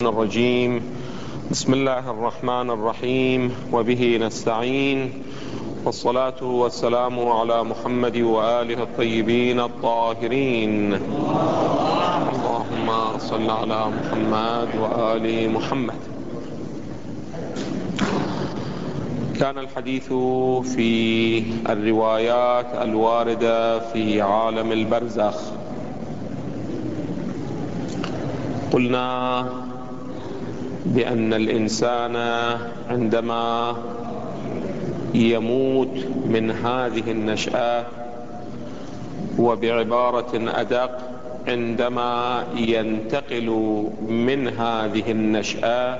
الشيطان الرجيم. بسم الله الرحمن الرحيم، وبه نستعين، والصلاة والسلام على محمد وآله الطيبين الطاهرين. اللهم صل على محمد وآل محمد. كان الحديث في الروايات الواردة في عالم البرزخ. قلنا بأن الإنسان عندما يموت من هذه النشأة، وبعبارة أدق عندما ينتقل من هذه النشأة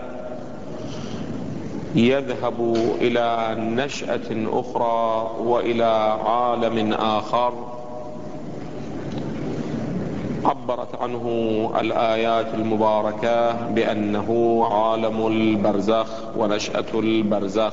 يذهب إلى نشأة أخرى وإلى عالم آخر عبرت عنه الآيات المباركة بأنه عالم البرزخ ونشأة البرزخ.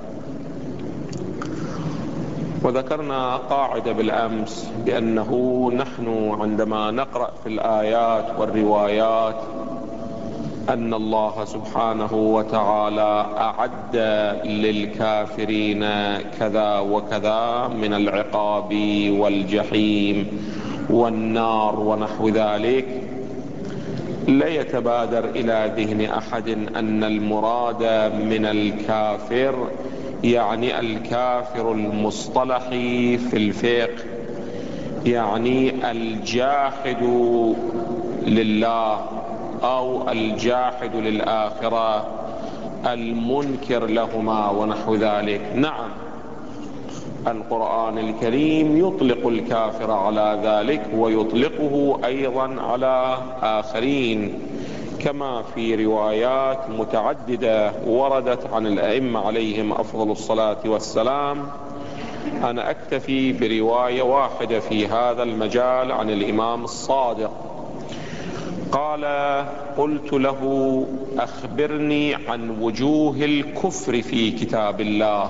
وذكرنا قاعدة بالأمس بأنه نحن عندما نقرأ في الآيات والروايات أن الله سبحانه وتعالى أعد للكافرين كذا وكذا من العقاب والجحيم والنار ونحو ذلك، لا يتبادر إلى ذهن أحد أن المراد من الكافر يعني الكافر المصطلحي في الفقه، يعني الجاحد لله أو الجاحد للآخرة، المنكر لهما ونحو ذلك. نعم، القرآن الكريم يطلق الكافر على ذلك ويطلقه أيضا على آخرين، كما في روايات متعددة وردت عن الأئمة عليهم أفضل الصلاة والسلام. أنا أكتفي برواية واحدة في هذا المجال عن الإمام الصادق. قال: قلت له: أخبرني عن وجوه الكفر في كتاب الله.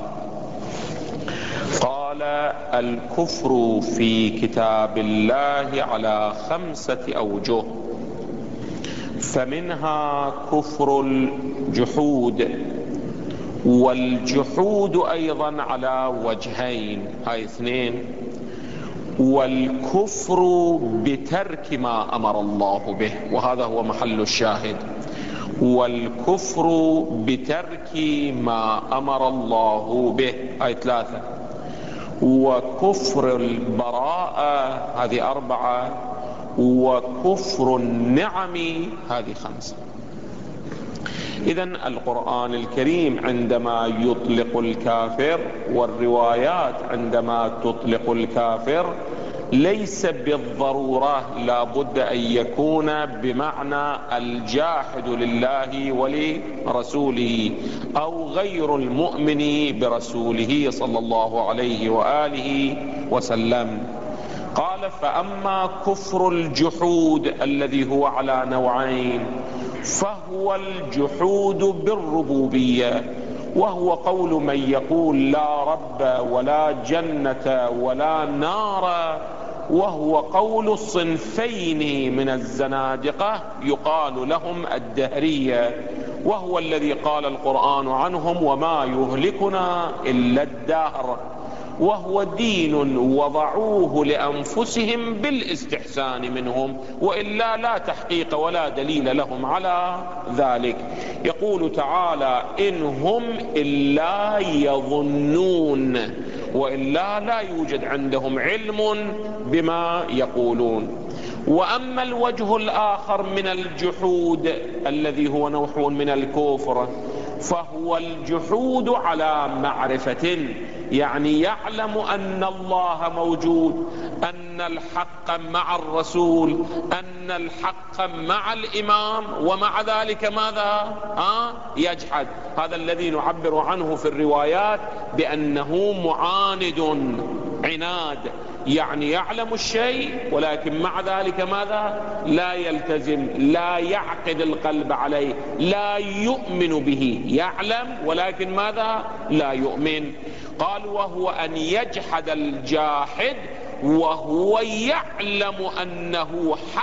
قال: الكفر في كتاب الله على 5 أوجه، فمنها كفر الجحود، والجحود أيضا على وجهين، هاي 2، والكفر بترك ما أمر الله به، وهذا هو محل الشاهد، والكفر بترك ما أمر الله به، هاي 3، وكفر البراءة، هذه 4، وكفر النعم، هذه 5. إذن القرآن الكريم عندما يطلق الكافر، والروايات عندما تطلق الكافر، ليس بالضرورة لا بد أن يكون بمعنى الجاحد لله ولرسوله أو غير المؤمن برسوله صلى الله عليه وآله وسلم. قال: فأما كفر الجحود الذي هو على نوعين، فهو الجحود بالربوبية، وهو قول من يقول لا رب ولا جنة ولا نار، وهو قول الصنفين من الزنادقة يقال لهم الدهرية، وهو الذي قال القرآن عنهم: وما يهلكنا إلا الدهر، وهو دين وضعوه لأنفسهم بالاستحسان منهم، وإلا لا تحقيق ولا دليل لهم على ذلك. يقول تعالى: إن هم إلا يظنون، وإلا لا يوجد عندهم علم بما يقولون. وأما الوجه الآخر من الجحود الذي هو نوع من الكفر، فهو الجحود على معرفة، يعني يعلم أن الله موجود، أن الحق مع الرسول، أن الحق مع الإمام، ومع ذلك ماذا؟ يجحد. هذا الذي نعبر عنه في الروايات بأنه معاند، عناد، يعني يعلم الشيء ولكن مع ذلك ماذا؟ لا يلتزم، لا يعقد القلب عليه، لا يؤمن به، يعلم ولكن ماذا؟ لا يؤمن. قال: وهو أن يجحد الجاحد وهو يعلم أنه حق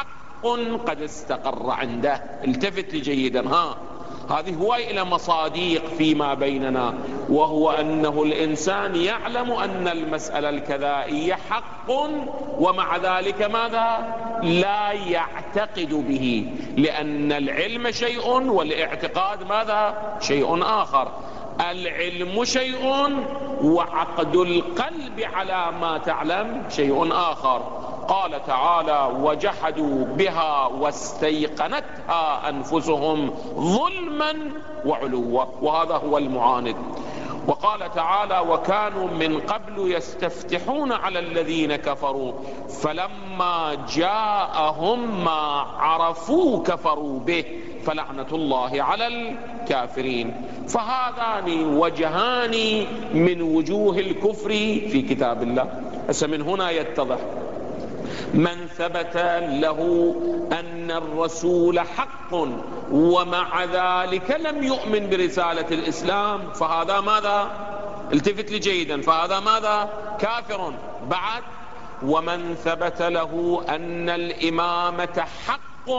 حق قد استقر عنده. التفت لي جيدا، هذه هواية إلى مصاديق فيما بيننا، وهو أنه الإنسان يعلم أن المسألة الكذائية حق، ومع ذلك ماذا؟ لا يعتقد به، لأن العلم شيء والاعتقاد ماذا؟ شيء آخر. العلم شيء وعقد القلب على ما تعلم شيء آخر. قال تعالى: وجحدوا بها واستيقنتها أنفسهم ظلما وعلوا، وهذا هو المعاند. وقال تعالى: وكانوا من قبل يستفتحون على الذين كفروا فلما جاءهم ما عرفوا كفروا به فلعنة الله على الكافرين. فهذان وجهان من وجوه الكفر في كتاب الله. من هنا يتضح من ثبت له أن الرسول حق ومع ذلك لم يؤمن برسالة الإسلام، فهذا ماذا؟ التفت لي جيدا، فهذا ماذا؟ كافر. بعد: ومن ثبت له أن الإمامة حق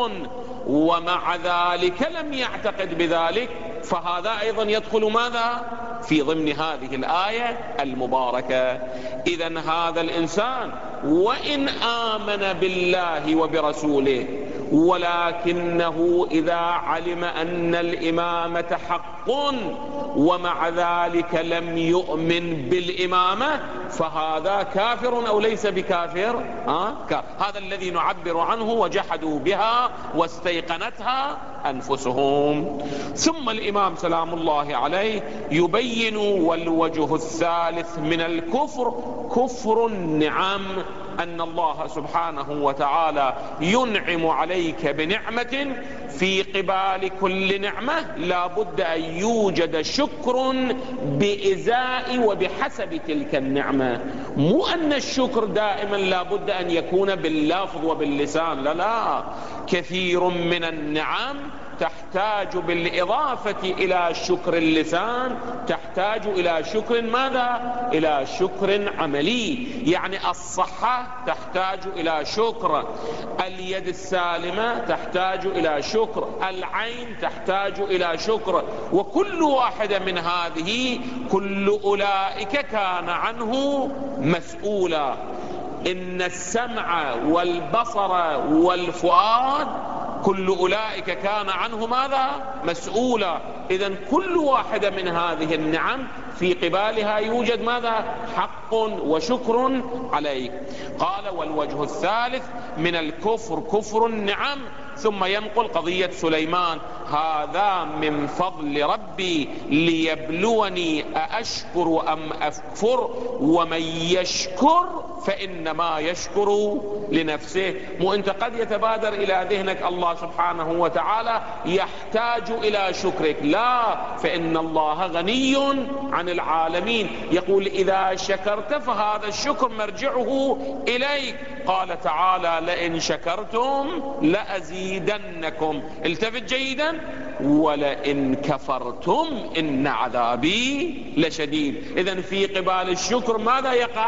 ومع ذلك لم يعتقد بذلك، فهذا أيضا يدخل ماذا؟ في ضمن هذه الآية المباركة. إذن هذا الإنسان وإن آمن بالله وبرسوله، ولكنه إذا علم أن الإمامة حق ومع ذلك لم يؤمن بالإمامة، فهذا كافر أو ليس بكافر؟ هذا الذي نعبر عنه: وجحدوا بها واستيقنتها أنفسهم. ثم الإمام سلام الله عليه يبين: والوجه الثالث من الكفر كفر النعم، أن الله سبحانه وتعالى ينعم عليك بنعمة، في قبال كل نعمة لا بد أن يوجد شكر بإزاء وبحسب تلك النعمة. مو أن الشكر دائما لا بد أن يكون باللفظ وباللسان، لا، كثير من النعم تحتاج بالإضافة إلى شكر اللسان تحتاج إلى شكر ماذا؟ إلى شكر عملي. يعني الصحة تحتاج إلى شكر، اليد السالمة تحتاج إلى شكر، العين تحتاج إلى شكر. وكل واحدة من هذه كل أولئك كان عنه مسؤولا. إن السمع والبصر والفؤاد كل أولئك كان عنه ماذا؟ مسؤولا. إذن كل واحدة من هذه النعم في قبالها يوجد ماذا؟ حق وشكر عليك. قال: والوجه الثالث من الكفر كفر النعم. ثم ينقل قضية سليمان: هذا من فضل ربي ليبلوني أأشكر أم أكفر ومن يشكر فإنما يشكر لنفسه. مو أنت قد يتبادر إلى ذهنك الله سبحانه وتعالى يحتاج إلى شكرك، لا، فإن الله غني عن العالمين. يقول: إذا شكرت فهذا الشكر مرجعه إليك. قال تعالى: لئن شكرتم لأزيدنكم. التفت جيدا: ولئن كفرتم إن عذابي لشديد. إذن في قبال الشكر ماذا يقع؟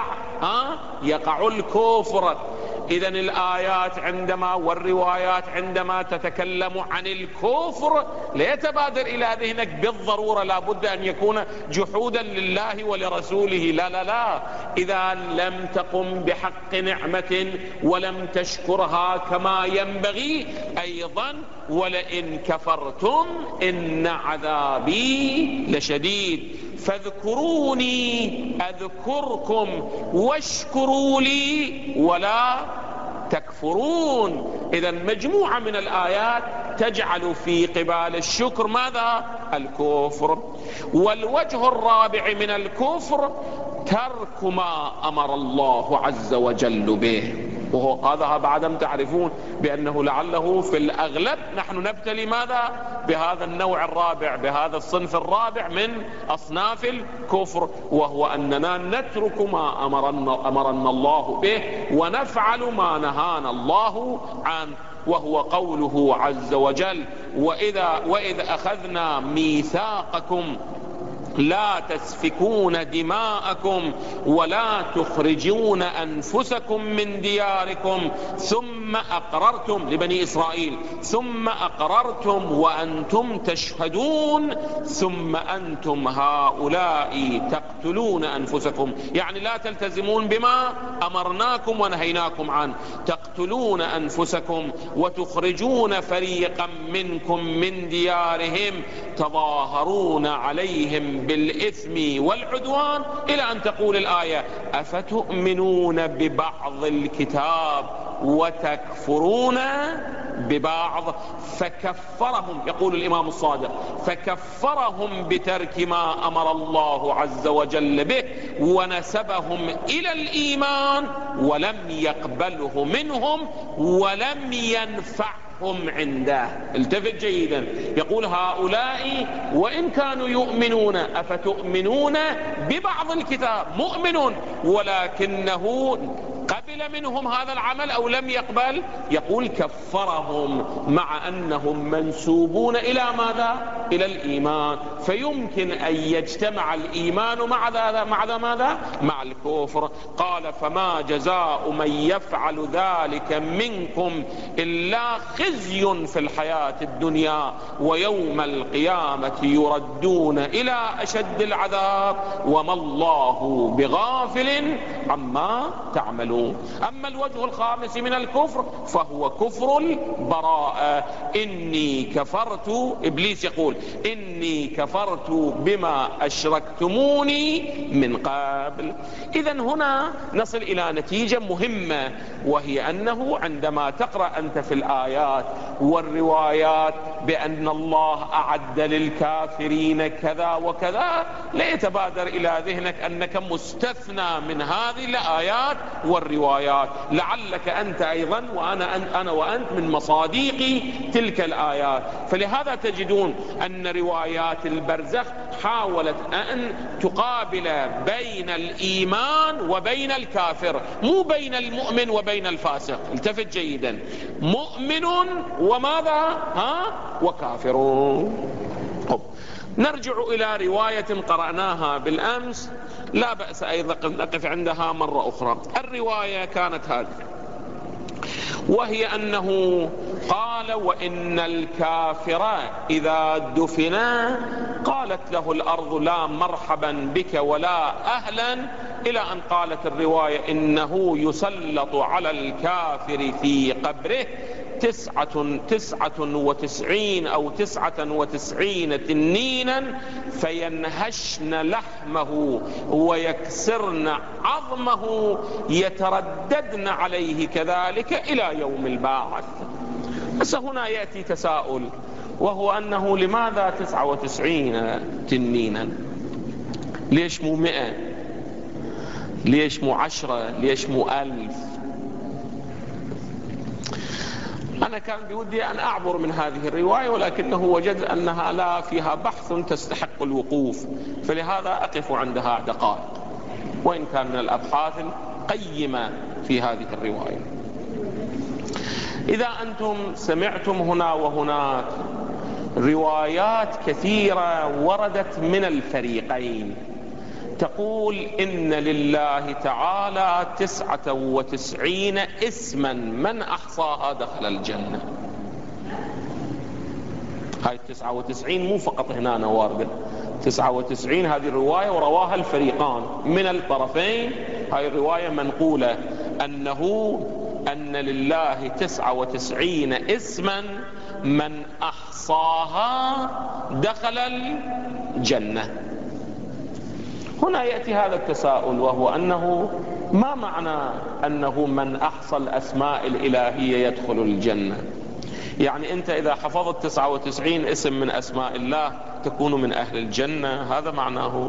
يقع الكفر. إذن الآيات عندما والروايات عندما تتكلم عن الكفر لا يتبادر إلى ذهنك بالضرورة لا بد أن يكون جحودا لله ولرسوله، لا لا لا. إذا لم تقم بحق نعمة ولم تشكرها كما ينبغي أيضا ولئن كفرتم إن عذابي لشديد. فاذكروني أذكركم واشكروا لي ولا تكفرون. إذا مجموعة من الآيات تجعل في قبال الشكر ماذا؟ الكفر. والوجه الرابع من الكفر ترك ما أمر الله عز وجل به. وهو هذا بعدم تعرفون بأنه لعله في الأغلب نحن نبتلي ماذا؟ بهذا النوع الرابع، بهذا الصنف الرابع من أصناف الكفر، وهو أننا نترك ما أمرنا الله به ونفعل ما نهانا الله عنه، وهو قوله عز وجل: وإذ أخذنا ميثاقكم لا تسفكون دماءكم ولا تخرجون أنفسكم من دياركم ثم أقررتم لبني إسرائيل، ثم أقررتم وأنتم تشهدون، ثم أنتم هؤلاء تقتلون أنفسكم، يعني لا تلتزمون بما أمرناكم ونهيناكم عنه، تقتلون أنفسكم وتخرجون فريقا منكم من ديارهم تظاهرون عليهم بالإثم والعدوان، إلى أن تقول الآية أفتؤمنون ببعض الكتاب وتكفرون ببعض. فكفرهم، يقول الإمام الصادق، فكفرهم بترك ما أمر الله عز وجل به ونسبهم إلى الإيمان ولم يقبله منهم ولم ينفعهم عنده. التفت جيدا، يقول هؤلاء وإن كانوا يؤمنون، أفتؤمنون ببعض الكتاب، مؤمن ولكنه قبل منهم هذا العمل أو لم يقبل، يقول كفرهم مع أنهم منسوبون إلى ماذا؟ إلى الإيمان. فيمكن أن يجتمع الإيمان مع ماذا؟ مع الكفر. قال فما جزاء من يفعل ذلك منكم إلا خزي في الحياة الدنيا ويوم القيامة يردون إلى أشد العذاب وما الله بغافل عما تعملون. أما الوجه الخامس من الكفر فهو كفر البراءة. إني كفرت، إبليس يقول إني كفرت بما أشركتموني من قبل. إذن هنا نصل إلى نتيجة مهمة، وهي أنه عندما تقرأ أنت في الآيات والروايات بأن الله أعد للكافرين كذا وكذا، لا يتبادر إلى ذهنك أنك مستثنى من هذه الآيات والروايات، لعلك أنت أيضا وأنا وأنت من مصاديق تلك الآيات. فلهذا تجدون أن روايات البرزخ حاولت أن تقابل بين الإيمان وبين الكافر، مو بين المؤمن وبين الفاسق. التفت جيدا، مؤمن وماذا؟ وكافر. نرجع إلى رواية قرأناها بالأمس، لا بأس أيضا نقف عندها مرة أخرى. الرواية كانت هذه، وهي أنه قال وإن الكافر إذا دفنا قالت له الأرض لا مرحبا بك ولا أهلا، إلى أن قالت الرواية إنه يسلط على الكافر في قبره 99 أو 99 تنينا فينهشن لحمه ويكسرن عظمه يترددن عليه كذلك إلى يوم البعث. بس هنا يأتي تساؤل، وهو أنه لماذا 99 تنينا؟ ليش مو 100؟ ليش مو 10؟ ليش مو 1000؟ أنا كان بودي أن أعبر من هذه الرواية، ولكنه وجد أنها لا فيها بحث تستحق الوقوف، فلهذا أقف عندها دقائق، وإن كان من الأبحاث القيمة في هذه الرواية. إذا أنتم سمعتم هنا وهناك روايات كثيرة وردت من الفريقين تقول إن لله تعالى 99 اسما من أحصاها دخل الجنة. هاي 99 مو فقط هنا واردة، 99 هذه الرواية ورواها الفريقان من الطرفين. هاي الرواية منقولة أن لله 99 اسما من أحصاها دخل الجنة. هنا يأتي هذا التساؤل، وهو أنه ما معنى أنه من أحصى الأسماء الإلهية يدخل الجنة؟ يعني أنت إذا حفظت 99 اسم من أسماء الله تكون من أهل الجنة، هذا معناه؟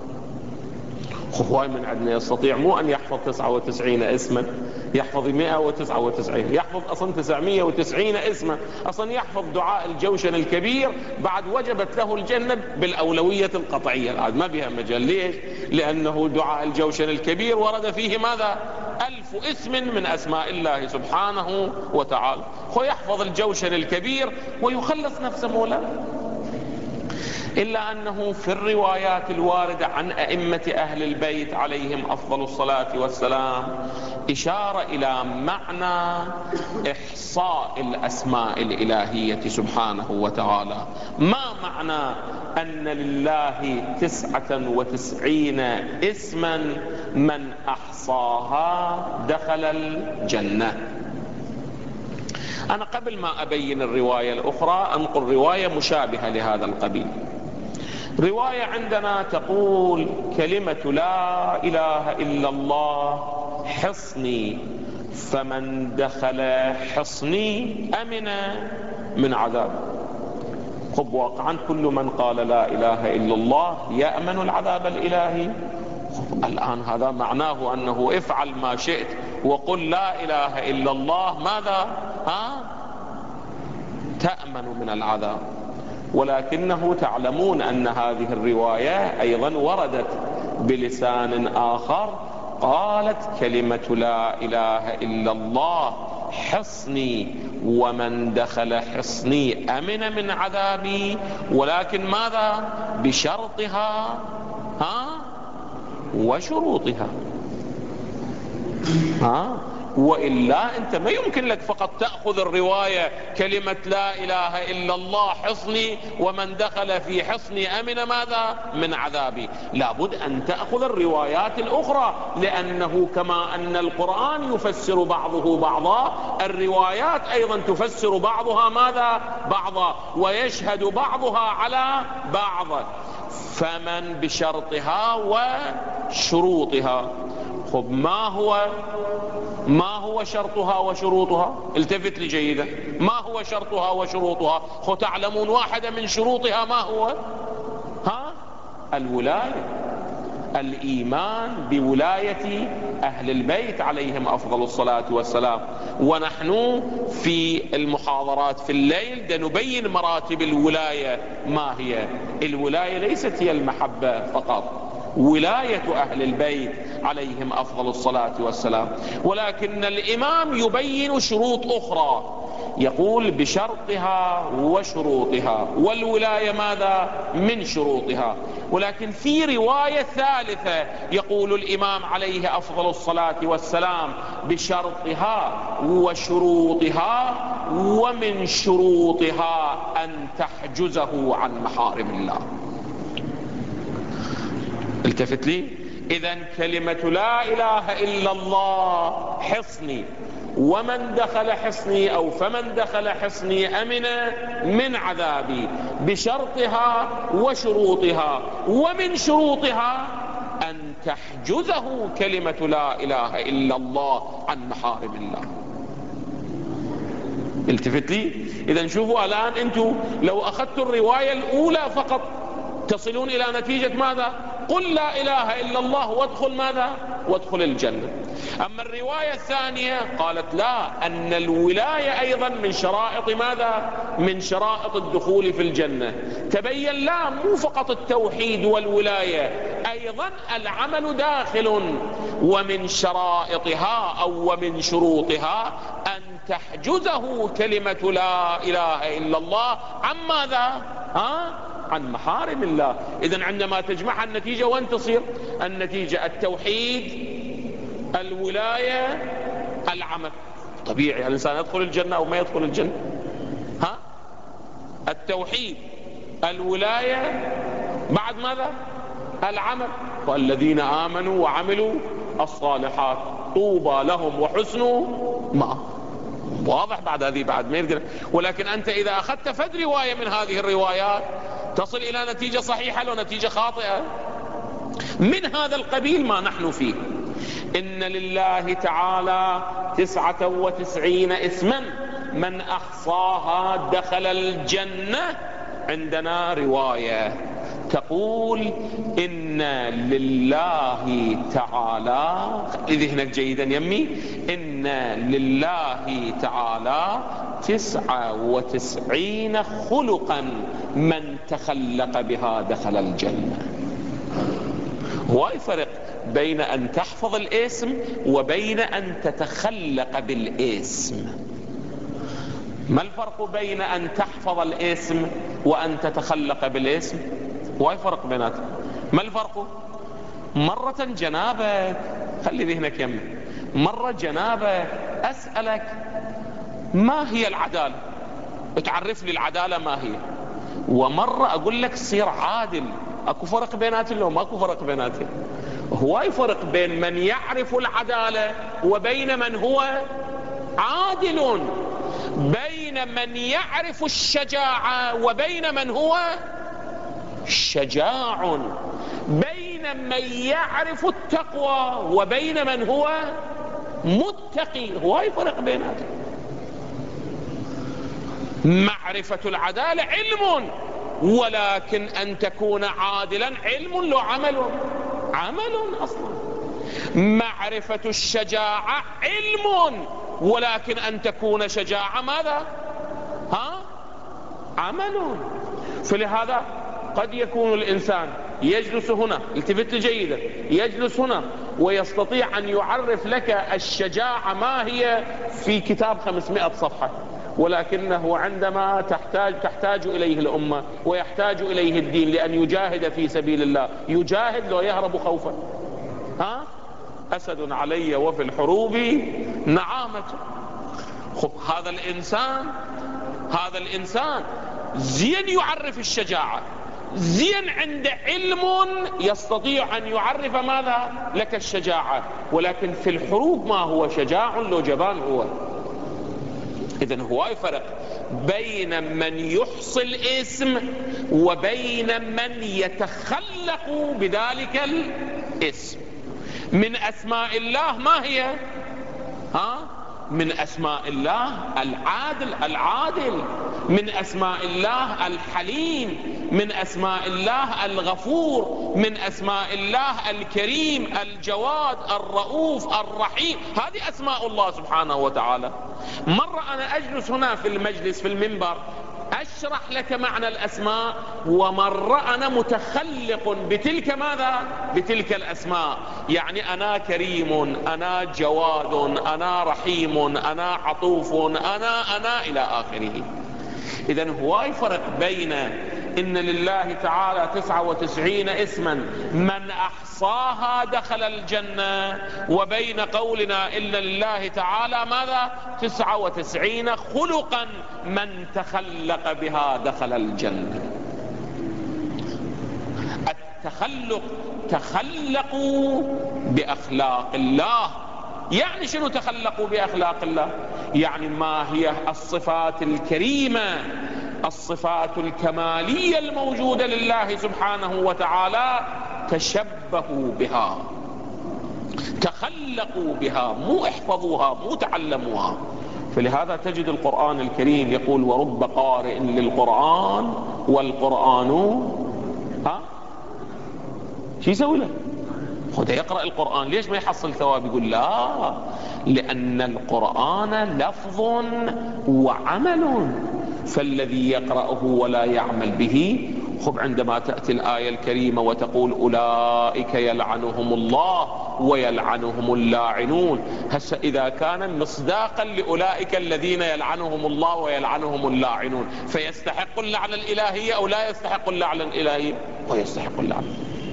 هواي من عندنا يستطيع مو أن يحفظ 99 اسما، يحفظ 199، يحفظ أصلا 990 اسما، أصلا يحفظ دعاء الجوشن الكبير بعد وجبت له الجنة بالأولوية القطعية، هذا ما بها مجال. ليش؟ لأنه دعاء الجوشن الكبير ورد فيه ماذا؟ 1000 اسم من أسماء الله سبحانه وتعالى، هو يحفظ الجوشن الكبير ويخلص نفسه مولا. إلا أنه في الروايات الواردة عن أئمة أهل البيت عليهم أفضل الصلاة والسلام إشارة إلى معنى إحصاء الأسماء الإلهية سبحانه وتعالى. ما معنى أن لله 99 اسما من أحصاها دخل الجنة؟ أنا قبل ما أبين الرواية الأخرى أنقل رواية مشابهة لهذا القبيل. رواية عندنا تقول كلمة لا إله إلا الله حصني، فمن دخل حصني أمن من عذاب. خب واقعا كل من قال لا إله إلا الله يأمن العذاب الإلهي. الآن هذا معناه أنه افعل ما شئت وقل لا إله إلا الله، ماذا؟ تأمن من العذاب. ولكنه تعلمون أن هذه الرواية أيضا وردت بلسان آخر، قالت كلمة لا إله إلا الله حصني، ومن دخل حصني أمن من عذابي، ولكن ماذا؟ بشرطها وشروطها. وإلا أنت ما يمكن لك فقط تأخذ الرواية كلمة لا إله إلا الله حصني ومن دخل في حصني أمن ماذا؟ من عذابي. لابد أن تأخذ الروايات الأخرى، لأنه كما أن القرآن يفسر بعضه بعضا، الروايات أيضا تفسر بعضها ماذا؟ بعضا، ويشهد بعضها على بعض. فمن بشرطها وشروطها. خب ما هو شرطها وشروطها؟ التفت لي جيدا. ما هو شرطها وشروطها؟ خب تعلمون واحدة من شروطها ما هو؟ الولاية، الإيمان بولاية أهل البيت عليهم أفضل الصلاة والسلام. ونحن في المحاضرات في الليل نبين مراتب الولاية. ما هي الولاية؟ ليست هي المحبة فقط، ولاية أهل البيت عليهم أفضل الصلاة والسلام، ولكن الإمام يبين شروط أخرى، يقول بشرطها وشروطها، والولاية ماذا؟ من شروطها. ولكن في رواية ثالثة يقول الإمام عليه أفضل الصلاة والسلام بشرطها وشروطها، ومن شروطها أن تحجزه عن محارم الله. التفت لي. إذن كلمة لا إله إلا الله حصني، ومن دخل حصني أو فمن دخل حصني أمن من عذابي، بشرطها وشروطها، ومن شروطها أن تحجزه كلمة لا إله إلا الله عن محارم الله. التفت لي. إذن شوفوا الآن أنتم لو أخذتوا الرواية الأولى فقط تصلون إلى نتيجة ماذا؟ قل لا إله إلا الله وادخل ماذا؟ وادخل الجنة. أما الرواية الثانية قالت لا، أن الولاية أيضا من شرائط ماذا؟ من شرائط الدخول في الجنة. تبين لا، مو فقط التوحيد والولاية، أيضا العمل داخل. ومن شرائطها أو ومن شروطها أن تحجزه كلمة لا إله إلا الله عن ماذا؟ عن محارم الله. إذن عندما تجمعها النتيجة وين تصير؟ النتيجة التوحيد، الولاية، العمل. طبيعي الإنسان يدخل الجنة أو ما يدخل الجنة. التوحيد، الولاية، بعد ماذا؟ العمل. والذين آمنوا وعملوا الصالحات طوبى لهم وحسن مآب. واضح بعد هذه بعد ما يقدر. ولكن أنت إذا أخذت فد رواية من هذه الروايات تصل إلى نتيجة صحيحة أو نتيجة خاطئة. من هذا القبيل ما نحن فيه. إن لله تعالى 99 اسما من أحصاها دخل الجنة. عندنا رواية تقول إن لله تعالى، إذ هناك جيدا يمي، إن لله تعالى 99 خلقا من تخلق بها دخل الجنة. هو الفرق بين أن تحفظ الاسم وبين أن تتخلق بالاسم. ما الفرق بين أن تحفظ الاسم وأن تتخلق بالاسم؟ هواي فرق بيناتهم. ما الفرق؟ مرة جنابك، خلي ذهنك يمي، مرة جنابك أسألك ما هي العدالة، تعرف لي العدالة ما هي، ومرة أقول لك صير عادل. أكو فرق بيناتهم لو ماكو فرق بيناتهم؟ هواي فرق بين من يعرف العدالة وبين من هو عادل، بين من يعرف الشجاعة وبين من هو شجاع، بين من يعرف التقوى وبين من هو متقي. هواي فرق بيناتهم. معرفة العدالة علم، ولكن أن تكون عادلا علم لو عمل أصلا. معرفة الشجاعة علم، ولكن أن تكون شجاعة ماذا؟ عمل. فلهذا قد يكون الإنسان يجلس هنا، التفت جيدا، يجلس هنا ويستطيع أن يعرف لك الشجاعة ما هي في كتاب 500 صفحة، ولكنه عندما تحتاج إليه الأمة ويحتاج إليه الدين لأن يجاهد في سبيل الله، يجاهد لو يهرب خوفا. أسد علي وفي الحروب نعامة. خب هذا الإنسان زين يعرف الشجاعة، زين عنده علم يستطيع أن يعرف ماذا لك الشجاعة، ولكن في الحروب ما هو شجاع لو جبان هو. إذن هواي فرق بين من يحصي الاسم وبين من يتخلق بذلك الاسم. من أسماء الله ما هي؟ من أسماء الله العادل، من أسماء الله الحليم، من أسماء الله الغفور، من أسماء الله الكريم الجواد الرؤوف الرحيم. هذه أسماء الله سبحانه وتعالى. مرة أنا أجلس هنا في المجلس في المنبر أشرح لك معنى الأسماء، ومرة أنا متخلق بتلك ماذا؟ بتلك الأسماء. يعني أنا كريم، أنا جواد، أنا رحيم، أنا عطوف، أنا إلى آخره. إذن هواي فرق بين إن لله تعالى 99 اسما من أحصاها دخل الجنة، وبين قولنا إن لله تعالى ماذا 99 خلقا من تخلق بها دخل الجنة. التخلق، تخلقوا بأخلاق الله. يعني شنو تخلقوا بأخلاق الله؟ يعني ما هي الصفات الكريمة، الصفات الكمالية الموجودة لله سبحانه وتعالى، تشبهوا بها، تخلقوا بها، مو احفظوها، مو تعلموها. فلهذا تجد القرآن الكريم يقول ورب قارئ للقرآن والقرآن شو يسوي له؟ خذ يقرأ القرآن، ليش ما يحصل ثواب؟ يقول لا، لأن القرآن لفظ وعمل، فالذي يقرأه ولا يعمل به. خب عندما تأتي الآية الكريمة وتقول أولئك يلعنهم الله ويلعنهم اللاعنون، هسه إذا كان مصداقا لأولئك الذين يلعنهم الله ويلعنهم اللاعنون، فيستحق اللعنة الإلهية أو لا يستحق اللعنة الإلهية؟ ويستحق اللعنة.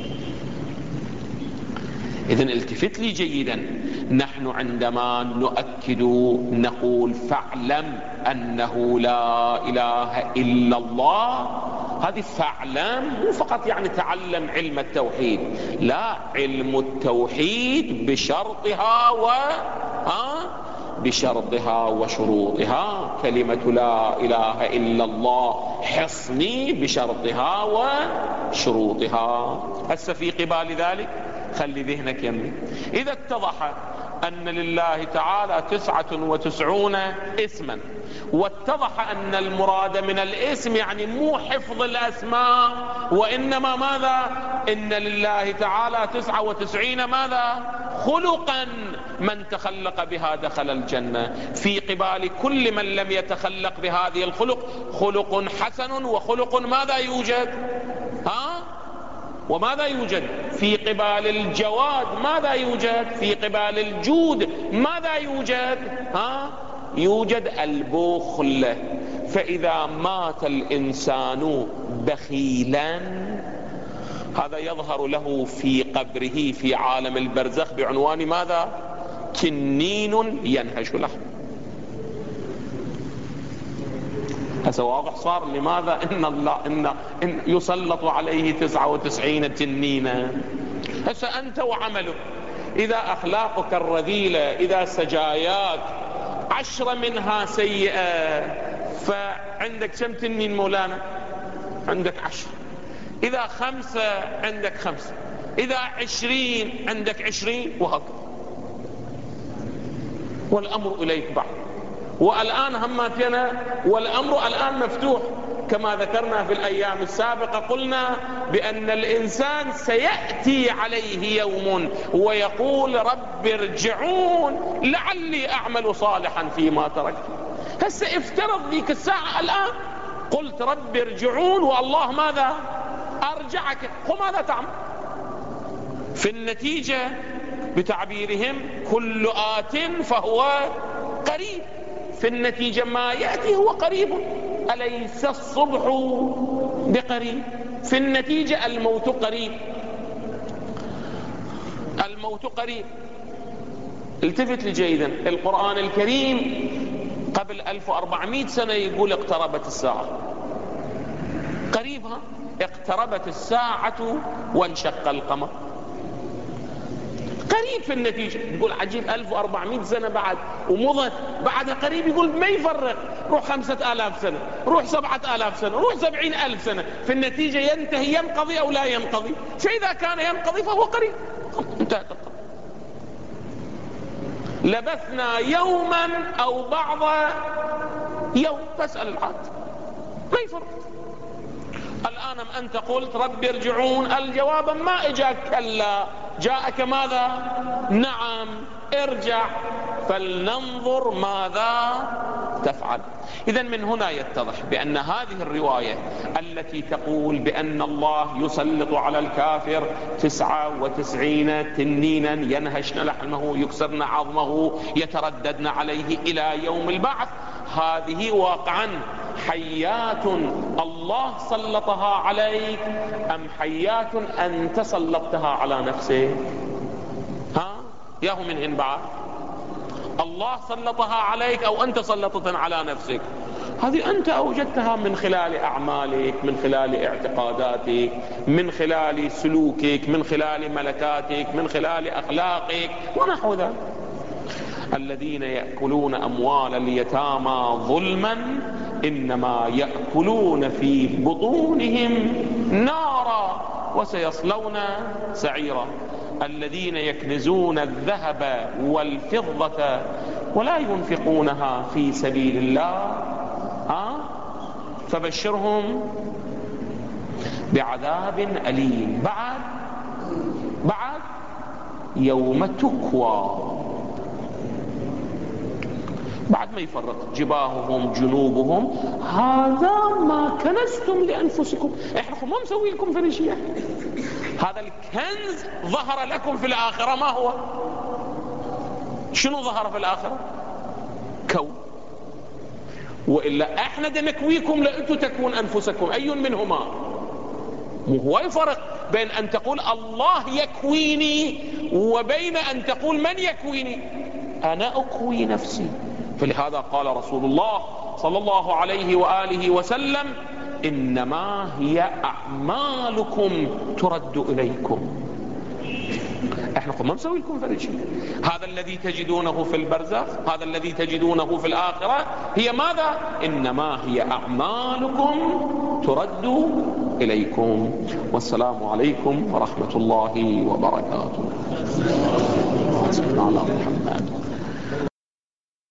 إذن التفت لي جيدا، نحن عندما نؤكد نقول فاعلم أنه لا إله إلا الله، هذه فاعلم مو فقط يعني تعلم علم التوحيد، لا، علم التوحيد بشرطها وشروطها. كلمة لا إله إلا الله حصني بشرطها وشروطها. هسه في قبال ذلك خلي ذهنك يمي، إذا اتضح أن لله تعالى 99 اسما، واتضح أن المراد من الاسم يعني مو حفظ الأسماء، وإنما ماذا؟ إن لله تعالى 99 ماذا؟ خلقا من تخلق بها دخل الجنة. في قبال كل من لم يتخلق بهذه الخلق خلق حسن وخلق ماذا يوجد؟ وماذا يوجد؟ في قبال الجواد ماذا يوجد؟ في قبال الجود ماذا يوجد؟ يوجد البخل. فإذا مات الإنسان بخيلا هذا يظهر له في قبره في عالم البرزخ بعنوان ماذا؟ تنين ينهش له. هذا واضح صار لماذا إن يسلط عليه 99 تنينا. هسه أنت وعملك، إذا أخلاقك الرذيلة، إذا سجاياك 10 منها سيئة، فعندك كم تنين مولانا؟ عندك 10. إذا 5 عندك 5، إذا 20 عندك 20، وهكذا. والأمر إليك بعد. والآن هماتنا والأمر الآن مفتوح، كما ذكرنا في الأيام السابقة قلنا بأن الإنسان سيأتي عليه يوم ويقول رب ارجعون لعلي أعمل صالحا فيما تركت. هسه افترض ذيك الساعة الآن قلت رب ارجعون والله ماذا؟ أرجعك، وماذا تعمل؟ في النتيجة بتعبيرهم كل آت فهو قريب. في النتيجة ما يأتي هو قريب، أليس الصبح بقريب؟ في النتيجة الموت قريب، الموت قريب. التفت لي جيدا، القرآن الكريم قبل 1400 سنة يقول اقتربت الساعة. قريبها اقتربت الساعة وانشق القمر، قريب في النتيجة. يقول عجيب 1400 سنة بعد ومضت بعدها قريب، يقول ما يفرق، روح 5000 سنة، روح 7000 سنة، روح 70,000 سنة، في النتيجة ينتهي، ينقضي أو لا ينقضي. فإذا كان ينقضي فهو قريب، انتهت القضية. لبثنا يوما أو بعض يوم، تسأل العاد ما يفرق. الآن أنت قلت رب ارجعون، الجواب ما اجاك كلا، جاءك ماذا؟ نعم ارجع، فلننظر ماذا تفعل. إذن من هنا يتضح بأن هذه الرواية التي تقول بأن الله يسلط على الكافر 99 تنينا ينهشن لحمه، يكسرن عظمه، يترددن عليه إلى يوم البعث، هذه واقعا حيات الله سلطها عليك أم حيات أنت سلطتها على نفسك؟ ياهو من هن بعد؟ الله سلطها عليك أو أنت سلطتها على نفسك؟ هذه أنت أوجدتها من خلال أعمالك، من خلال اعتقاداتك، من خلال سلوكك، من خلال ملكاتك، من خلال أخلاقك ونحو ذلك. الذين يأكلون أموال اليتامى ظلما إنما يأكلون في بطونهم نارا وسيصلون سعيرا. الذين يكنزون الذهب والفضة ولا ينفقونها في سبيل الله فبشرهم بعذاب أليم. بعد يوم تكوى، بعد ما يفرق جباههم جنوبهم، هذا ما كنزتم لأنفسكم. احنا ما مسوي لكم في الاشياء، هذا الكنز ظهر لكم في الآخرة. ما هو؟ شنو ظهر في الآخرة؟ كون. وإلا احنا نكويكم لأنتوا تكون أنفسكم، أي منهما؟ هو الفرق بين أن تقول الله يكويني وبين أن تقول من يكويني؟ أنا أكوي نفسي. فلهذا قال رسول الله صلى الله عليه وآله وسلم إنما هي أعمالكم ترد إليكم. احنا ما مسوي لكم فرق شيء. هذا الذي تجدونه في البرزخ، هذا الذي تجدونه في الآخرة، هي ماذا؟ إنما هي أعمالكم ترد إليكم. والسلام عليكم ورحمة الله وبركاته. على محمد.